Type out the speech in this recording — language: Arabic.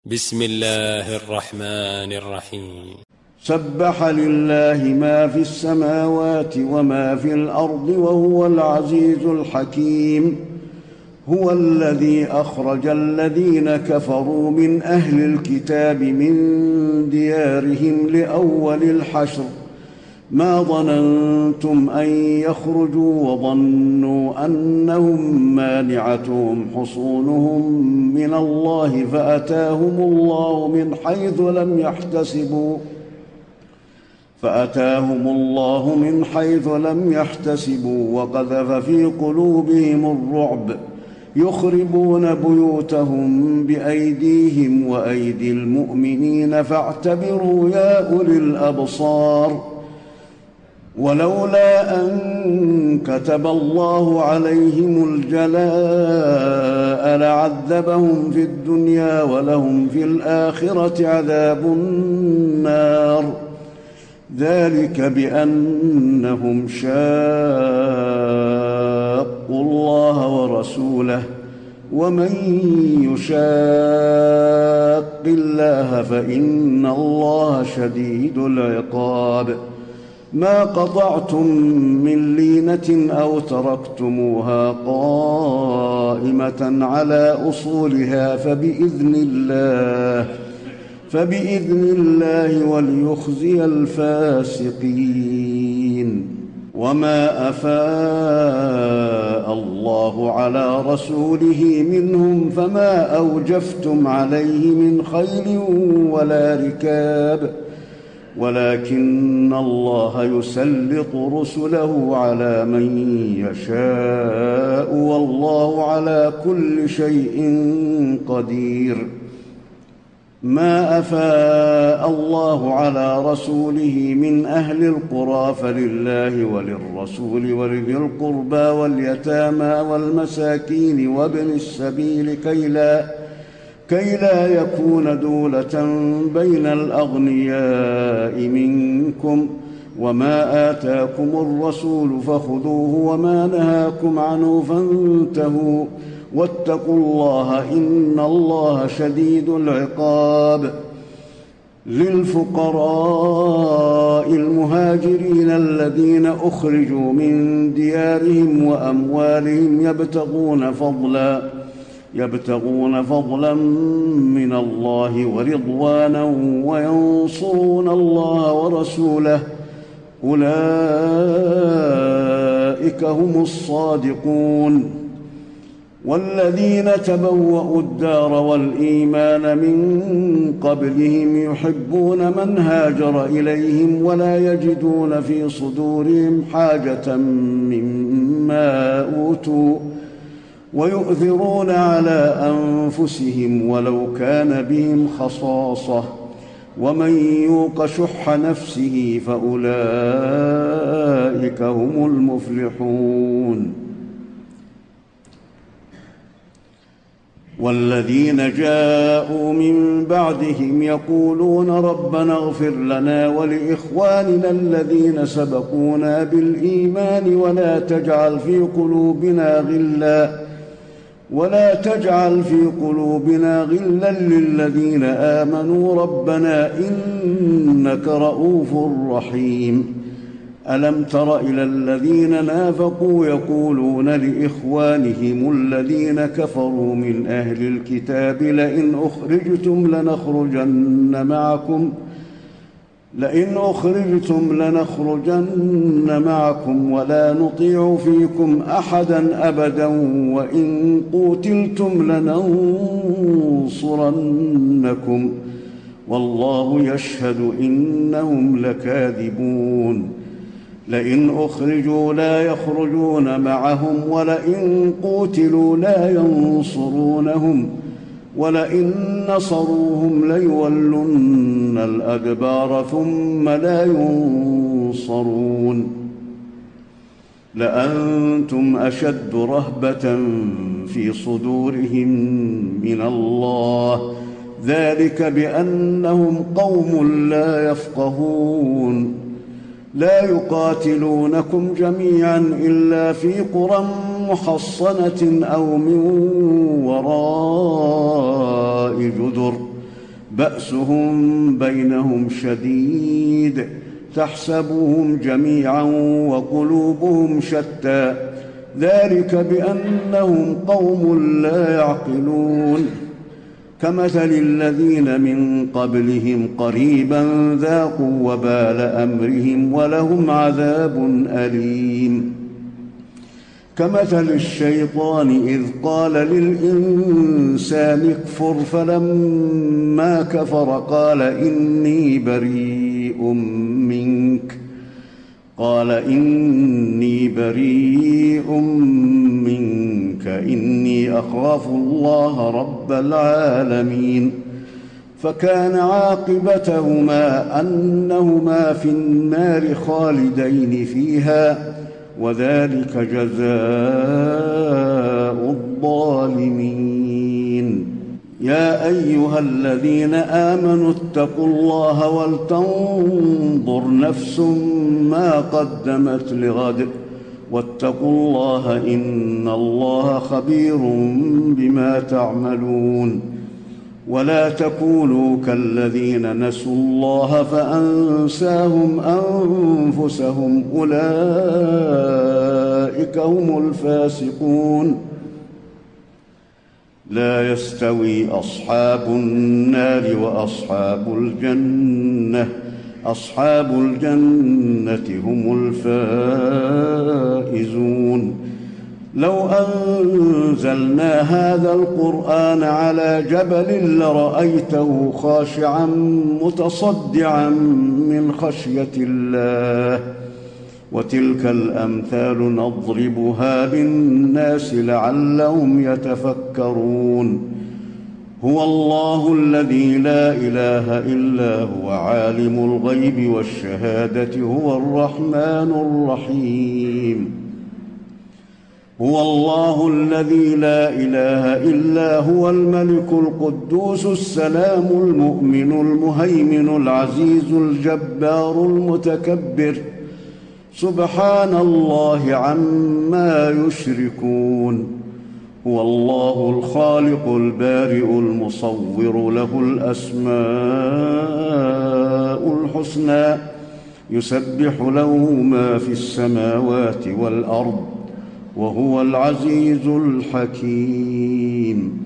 بسم الله الرحمن الرحيم. سبح لله ما في السماوات وما في الأرض وهو العزيز الحكيم. هو الذي أخرج الذين كفروا من أهل الكتاب من ديارهم لأول الحشر ما ظننتم أن يخرجوا وظنوا أنهم مانعتهم حصونهم من الله فأتاهم الله من حيث لم يحتسبوا وقذف في قلوبهم الرعب يخربون بيوتهم بأيديهم وأيدي المؤمنين فاعتبروا يا أولي الأبصار. ولولا أن كتب الله عليهم الجلاء لعذبهم في الدنيا ولهم في الآخرة عذاب النار. ذلك بأنهم شاقوا الله ورسوله ومن يشاق الله فإن الله شديد العقاب. ما قطعتم من لينة أو تركتموها قائمة على أصولها فبإذن الله وليخزي الفاسقين. وما أفاء الله على رسوله منهم فما أوجفتم عليه من خيل ولا ركاب ولكن الله يسلط رسله على من يشاء والله على كل شيء قدير. ما أفاء الله على رسوله من أهل القرى فلله وللرسول ولذي القربى واليتامى والمساكين وابن السبيل كي لا يكون دولة بين الأغنياء منكم. وما آتاكم الرسول فخذوه وما نهاكم عنه فانتهوا واتقوا الله إن الله شديد العقاب. للفقراء المهاجرين الذين أخرجوا من ديارهم وأموالهم يبتغون فضلا من الله ورضوانا وينصرون الله ورسوله أولئك هم الصادقون. والذين تبوأوا الدار والإيمان من قبلهم يحبون من هاجر إليهم ولا يجدون في صدورهم حاجة مما أوتوا ويؤثرون على أنفسهم ولو كان بهم خصاصة ومن يوق شح نفسه فأولئك هم المفلحون. والذين جاءوا من بعدهم يقولون ربنا اغفر لنا ولإخواننا الذين سبقونا بالإيمان ولا تجعل في قلوبنا غلا للذين آمنوا ربنا إنك رءوف رحيم. ألم تر إلى الذين نافقوا يقولون لإخوانهم الذين كفروا من أهل الكتاب لئن أخرجتم لنخرجن معكم ولا نطيع فيكم أحدا أبدا وإن قوتلتم لننصرنكم والله يشهد إنهم لكاذبون. لئن أخرجوا لا يخرجون معهم ولئن قوتلوا لا ينصرونهم ولئن نصروهم ليولن الأدبار ثم لا ينصرون. لأنتم أشد رهبة في صدورهم من الله ذلك بأنهم قوم لا يفقهون. لا يقاتلونكم جميعا إلا في قرى محصنة أو من وراء جدر بأسهم بينهم شديد تحسبهم جميعا وقلوبهم شتى ذلك بأنهم قوم لا يعقلون كمثل الذين من قبلهم قريبا ذاقوا وبال أمرهم ولهم عذاب أليم كمثل الشيطان إذ قال للإنسان اكفر فلما كفر قال إني بريء منك إني أخاف الله رب العالمين فكان عاقبتهما أنهما في النار خالدين فيها وذلك جزاء الظالمين يا أيها الذين آمنوا اتقوا الله ولتنظر نفس ما قدمت لغد واتقوا الله إن الله خبير بما تعملون ولا تكونوا كالذين نسوا الله فأنساهم أنفسهم أولئك هم الفاسقون لا يستوي أصحاب النار وأصحاب الجنة أصحاب الجنة هم الفائزون لو أنزلنا هذا القرآن على جبل لرأيته خاشعا متصدعا من خشية الله وتلك الأمثال نضربها للناس لعلهم يتفكرون هو الله الذي لا إله إلا هو عالم الغيب والشهادة هو الرحمن الرحيم هو الله الذي لا إله إلا هو الملك القدوس السلام المؤمن المهيمن العزيز الجبار المتكبر سبحان الله عما يشركون هو الله الخالق البارئ المصور له الأسماء الحسنى يسبح له ما في السماوات والأرض وهو العزيز الحكيم